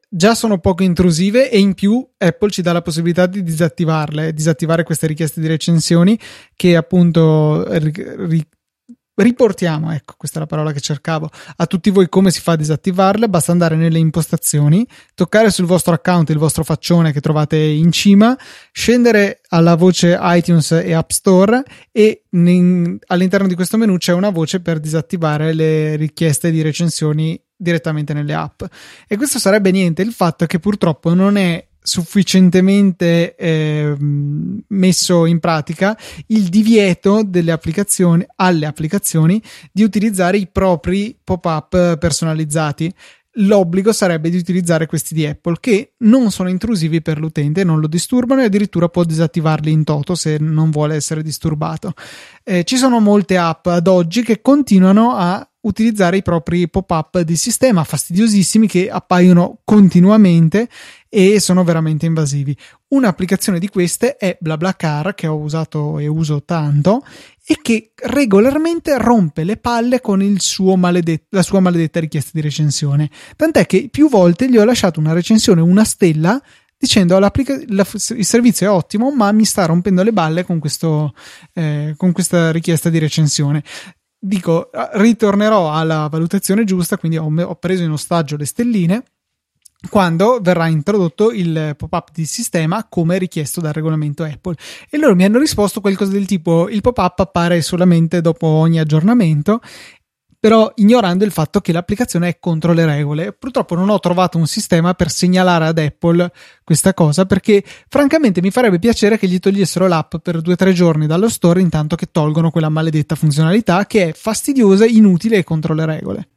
già sono poco intrusive e in più Apple ci dà la possibilità di disattivarle, disattivare queste richieste di recensioni che appunto ri- riportiamo, ecco, questa è la parola che cercavo, a tutti voi come si fa a disattivarle. Basta andare nelle impostazioni, toccare sul vostro account il vostro faccione che trovate in cima, scendere alla voce iTunes e App Store e in, all'interno di questo menu c'è una voce per disattivare le richieste di recensioni direttamente nelle app. E questo sarebbe niente, il fatto che purtroppo non è sufficientemente eh, messo in pratica il divieto delle applicazioni alle applicazioni di utilizzare i propri pop-up personalizzati. L'obbligo sarebbe di utilizzare questi di Apple, che non sono intrusivi per l'utente, non lo disturbano e addirittura può disattivarli in toto se non vuole essere disturbato. Eh, ci sono molte app ad oggi che continuano a utilizzare i propri pop-up di sistema fastidiosissimi che appaiono continuamente e sono veramente invasivi. Un'applicazione di queste è BlaBlaCar, che ho usato e uso tanto e che regolarmente rompe le palle con il suo maledet- la sua maledetta richiesta di recensione, tant'è che più volte gli ho lasciato una recensione, una stella, dicendo la, il servizio è ottimo ma mi sta rompendo le balle con, questo, eh, con questa richiesta di recensione. Dico, ritornerò alla valutazione giusta, quindi ho, ho preso in ostaggio le stelline quando verrà introdotto il pop-up di sistema come richiesto dal regolamento Apple, e loro mi hanno risposto qualcosa del tipo: il pop-up appare solamente dopo ogni aggiornamento, però ignorando il fatto che l'applicazione è contro le regole. Purtroppo non ho trovato un sistema per segnalare ad Apple questa cosa, perché francamente mi farebbe piacere che gli togliessero l'app per due o tre giorni dallo store intanto che tolgono quella maledetta funzionalità che è fastidiosa, inutile e contro le regole.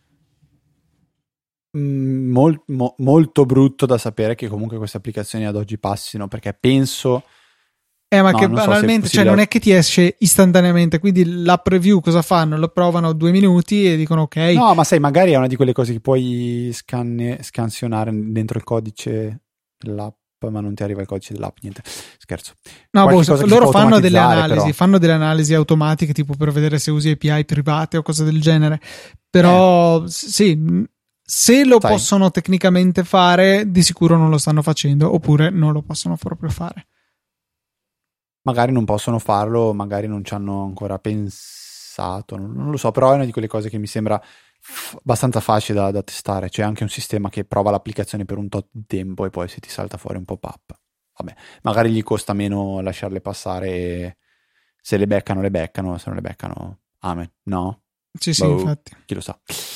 Mm, mol, mo, molto brutto da sapere che comunque queste applicazioni ad oggi passino, perché penso Eh, ma no, che non so banalmente, se cioè non è che ti esce istantaneamente, quindi la preview cosa fanno? Lo provano due minuti e dicono ok. No, ma sai, magari è una di quelle cose che puoi scanne, scansionare dentro il codice dell'app, ma non ti arriva il codice dell'app, niente, scherzo. No, boh, loro fanno delle analisi, però. fanno delle analisi automatiche tipo per vedere se usi A P I private o cose del genere, però eh. sì, se lo sai. Possono tecnicamente fare, di sicuro non lo stanno facendo, oppure non lo possono proprio fare. Magari non possono farlo, magari non ci hanno ancora pensato, non, non lo so, però è una di quelle cose che mi sembra f- abbastanza facile da, da testare. C'è anche un sistema che prova l'applicazione per un tot di tempo e poi se ti salta fuori un pop-up. Vabbè, magari gli costa meno lasciarle passare e se le beccano, le beccano, se non le beccano, amen, no? Sì, sì, boh, infatti. Chi lo sa.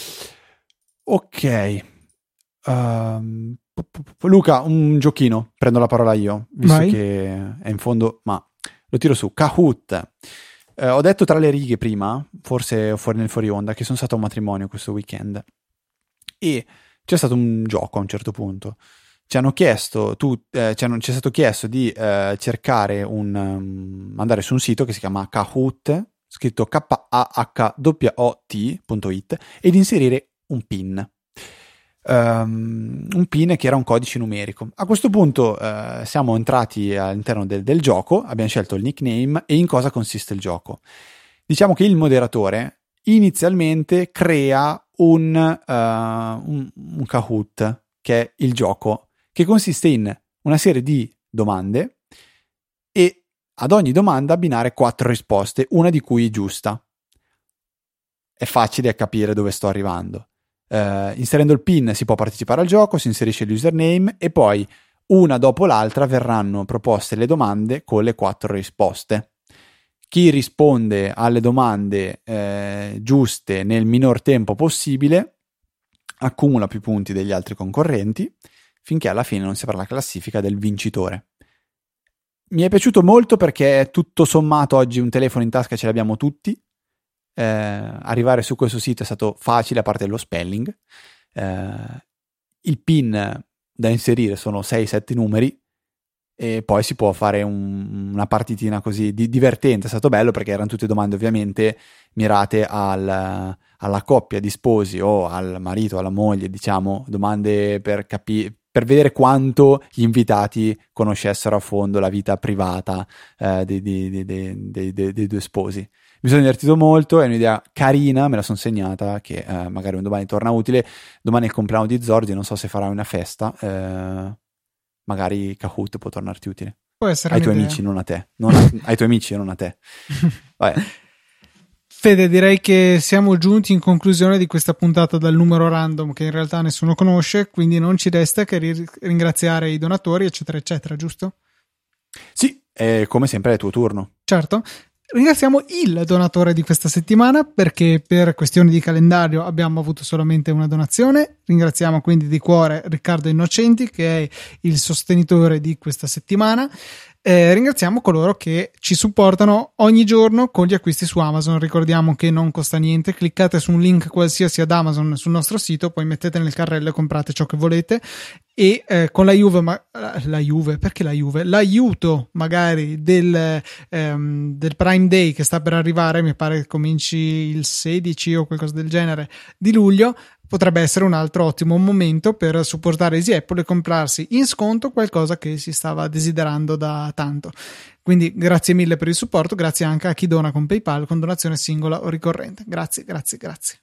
Ok. Um, Luca, un giochino, prendo la parola io, visto Vai. che è in fondo, ma lo tiro su. Kahoot. Eh, ho detto tra le righe prima, forse fuori nel fuori onda, che sono stato a un matrimonio questo weekend e c'è stato un gioco a un certo punto. Ci hanno chiesto, tu, eh, ci hanno, ci è stato chiesto di eh, cercare un, um, andare su un sito che si chiama Kahoot, scritto K A H O T punto it, ed inserire un PIN. Um, un PIN che era un codice numerico. A questo punto uh, siamo entrati all'interno del, del gioco, abbiamo scelto il nickname e in cosa consiste il gioco. Diciamo che il moderatore inizialmente crea un, uh, un, un Kahoot, che è il gioco, che consiste in una serie di domande e ad ogni domanda abbinare quattro risposte, una di cui giusta. È facile capire dove sto arrivando. Uh, inserendo il PIN si può partecipare al gioco, si inserisce l'username e poi una dopo l'altra verranno proposte le domande con le quattro risposte. Chi risponde alle domande eh, giuste nel minor tempo possibile accumula più punti degli altri concorrenti finché alla fine non si avrà la classifica del vincitore. Mi è piaciuto molto perché tutto sommato oggi un telefono in tasca ce l'abbiamo tutti. Eh, arrivare su questo sito è stato facile, a parte lo spelling. Eh, il PIN da inserire sono sei sette numeri e poi si può fare un, una partitina così di, divertente. È stato bello perché erano tutte domande ovviamente mirate al, alla coppia di sposi o al marito, alla moglie, diciamo, domande per capire, per vedere quanto gli invitati conoscessero a fondo la vita privata eh, dei, dei, dei, dei, dei, dei due sposi. mi sono divertito molto, è un'idea carina, me la sono segnata, che eh, magari un domani torna utile. Domani è il compleanno di Zordi, non so se farai una festa, eh, magari Kahoot può tornarti utile. Può essere ai tuoi un'idea. amici, non a te, non a, ai tuoi amici, non a te. Vabbè. Fede, direi che siamo giunti in conclusione di questa puntata dal numero random che in realtà nessuno conosce, quindi non ci resta che ringraziare i donatori, eccetera, eccetera, giusto? Sì, e come sempre è il tuo turno. Certo. Ringraziamo il donatore di questa settimana perché per questioni di calendario abbiamo avuto solamente una donazione. Ringraziamo quindi di cuore Riccardo Innocenti, che è il sostenitore di questa settimana. Eh, ringraziamo coloro che ci supportano ogni giorno con gli acquisti su Amazon. Ricordiamo che non costa niente, cliccate su un link qualsiasi ad Amazon sul nostro sito, poi mettete nel carrello e comprate ciò che volete. E eh, con la Juve, ma la Juve, perché la Juve? L'aiuto magari del, ehm, del Prime Day che sta per arrivare, mi pare che cominci il sedici o qualcosa del genere di luglio, potrebbe essere un altro ottimo momento per supportare Easy Apple e comprarsi in sconto qualcosa che si stava desiderando da tanto. Quindi grazie mille per il supporto, grazie anche a chi dona con PayPal con donazione singola o ricorrente. Grazie, grazie, grazie.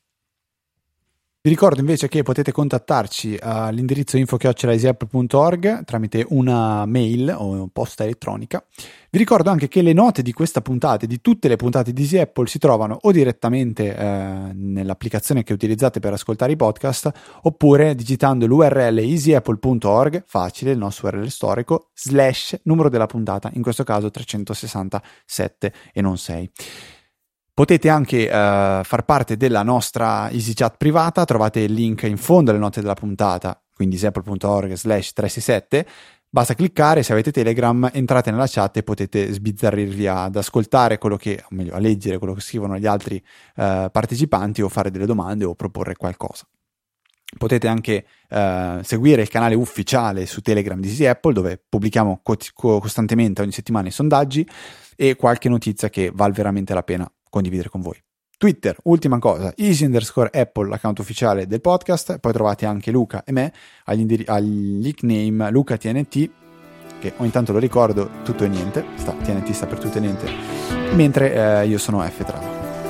Vi ricordo invece che potete contattarci all'indirizzo info chiocciola easy apple punto org tramite una mail o posta elettronica. Vi ricordo anche che le note di questa puntata e di tutte le puntate di Easy Apple si trovano o direttamente eh, nell'applicazione che utilizzate per ascoltare i podcast, oppure digitando l'U R L easy apple punto org, facile, il nostro U R L storico, slash numero della puntata, in questo caso trecentosessantasette e non sei. Potete anche uh, far parte della nostra EasyChat privata, trovate il link in fondo alle note della puntata, quindi easy apple punto org slash trecentosessantasette, basta cliccare, se avete Telegram entrate nella chat e potete sbizzarrirvi ad ascoltare quello che, o meglio a leggere quello che scrivono gli altri uh, partecipanti o fare delle domande o proporre qualcosa. Potete anche uh, seguire il canale ufficiale su Telegram di Easy Apple, dove pubblichiamo co- co- costantemente ogni settimana i sondaggi e qualche notizia che vale veramente la pena condividere con voi. Twitter, ultima cosa, easy underscore apple, l'account ufficiale del podcast. Poi trovate anche Luca e me agli, indiri- agli nickname Luca T N T, che ogni tanto lo ricordo, tutto e niente, sta, T N T sta per tutto e niente, mentre eh, io sono F Trava.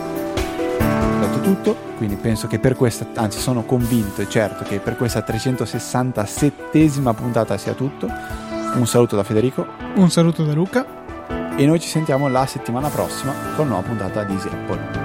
Ho detto tutto, quindi penso che per questa, anzi sono convinto e certo che per questa trecentosessantasettesima puntata sia tutto. Un saluto da Federico. Un saluto da Luca. E noi ci sentiamo la settimana prossima con una nuova puntata di Easy Apple.